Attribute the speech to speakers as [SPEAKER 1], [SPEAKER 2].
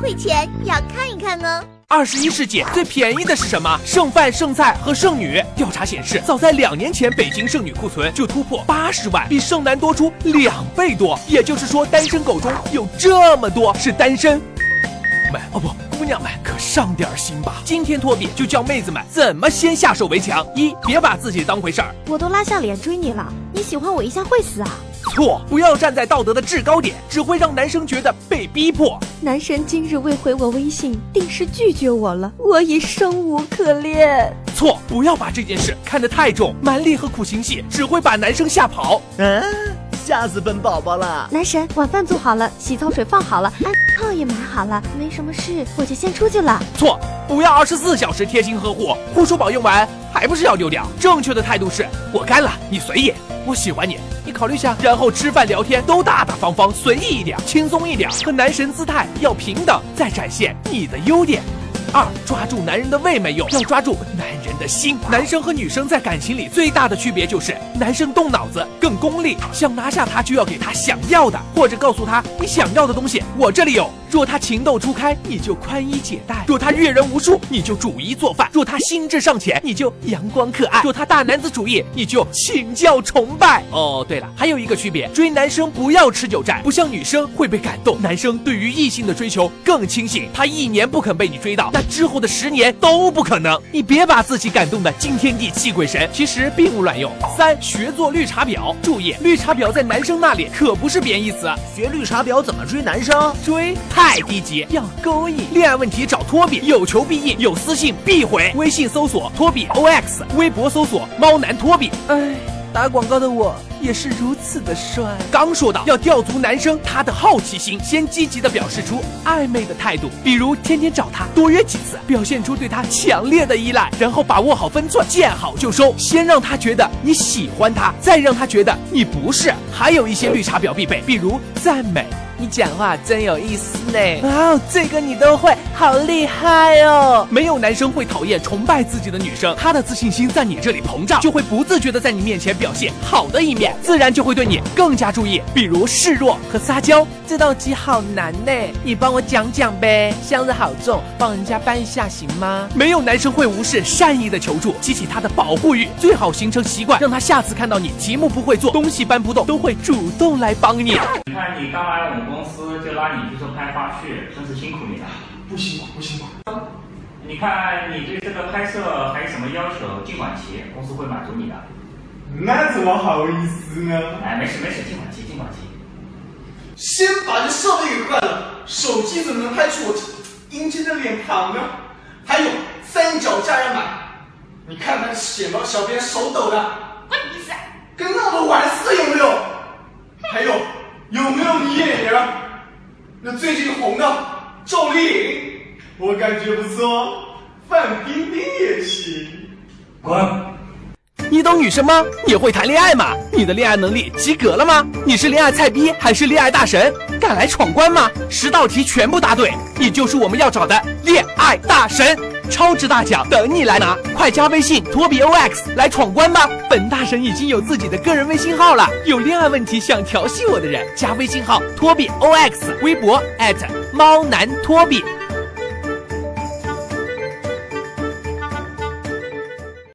[SPEAKER 1] 惠前要看一看哦。
[SPEAKER 2] 21世纪最便宜的是什么？剩饭、剩菜和剩女。调查显示，早在2年前，北京剩女库存就突破80万，比剩男多出2倍多。也就是说，单身狗中有这么多是单身们姑娘们，可上点心吧！今天托比就教妹子们怎么先下手为强。1，别把自己当回事儿。
[SPEAKER 1] 我都拉下脸追你了，你喜欢我一下会死啊？
[SPEAKER 2] 错，不要站在道德的制高点，只会让男生觉得被逼迫。
[SPEAKER 1] 男神今日未回我微信，定是拒绝我了，我已生无可恋。
[SPEAKER 2] 错，不要把这件事看得太重，蛮力和苦情戏只会把男生吓跑。
[SPEAKER 3] 吓死本宝宝了！
[SPEAKER 1] 男神，晚饭做好了，洗澡水放好了，安套也买好了，没什么事，我就先出去了。
[SPEAKER 2] 错，不要24小时贴心呵护，护舒宝用完还不是要丢掉。正确的态度是，我干了，你随意，我喜欢你，你考虑下。然后吃饭聊天都大大方方，随意一点，轻松一点，和男神姿态要平等，再展现你的优点。2，抓住男人的胃没用，要抓住男人的心。男生和女生在感情里最大的区别就是，男生动脑子更功利，想拿下他就要给他想要的，或者告诉他你想要的东西我这里有。若他情窦初开，你就宽衣解带；若他阅人无数，你就煮衣做饭；若他心智尚浅，你就阳光可爱；若他大男子主义，你就请教崇拜。哦，对了，还有一个区别，追男生不要持久战，不像女生会被感动，男生对于异性的追求更清醒，他1年不肯被你追到，那之后的10年都不可能。你别把自己感动的惊天地泣鬼神，其实并不卵用。3，学做绿茶婊。注意，绿茶婊在男生那里可不是贬义词。
[SPEAKER 3] 学绿茶婊怎么追男生？
[SPEAKER 2] 追太低级，要勾引。恋爱问题找托比，有求必应，有私信必回。微信搜索托比 OX， 微博搜索猫男托比。打广告的我也是如此的帅。刚说到要吊足男生他的好奇心，先积极的表示出暧昧的态度，比如天天找他，多约几次，表现出对他强烈的依赖，然后把握好分寸，见好就收，先让他觉得你喜欢他，再让他觉得你不是。还有一些绿茶婊必备，比如赞美。你讲话真有意思呢！这个你都会，好厉害哦！没有男生会讨厌崇拜自己的女生，他的自信心在你这里膨胀，就会不自觉的在你面前表现好的一面，自然就会对你更加注意，比如示弱和撒娇。这道题好难呢，你帮我讲讲呗。箱子好重，帮人家搬一下行吗？没有男生会无视善意的求助，激起他的保护欲，最好形成习惯，让他下次看到你题目不会做，东西搬不动，都会主动来帮你。
[SPEAKER 4] 你看你刚来我们公司就拉你去做拍花絮，真是辛苦你了。
[SPEAKER 5] 不辛苦，不辛苦。
[SPEAKER 4] 你看你对这个拍摄还有什么要求，尽管提，公司会满足你的。
[SPEAKER 5] 那怎么好意思呢？
[SPEAKER 4] 没事，尽管提，尽管提。
[SPEAKER 5] 先把这设备给换了，手机怎么能拍出我阴间的脸庞呢？还有3脚架要买，你看看显得小编手抖的，关你屁事，跟闹着玩似的有没有？还有没有女演员？那最近红的赵丽颖，我感觉不错，范冰冰也行。
[SPEAKER 4] 滚！
[SPEAKER 2] 你懂女生吗？你会谈恋爱吗？你的恋爱能力及格了吗？你是恋爱菜逼还是恋爱大神？敢来闯关吗？10道题全部答对，你就是我们要找的恋爱大神，超值大奖等你来拿！快加微信托比 OX 来闯关吧！本大神已经有自己的个人微信号了，有恋爱问题想调戏我的人，加微信号托比 OX， 微博猫男托比。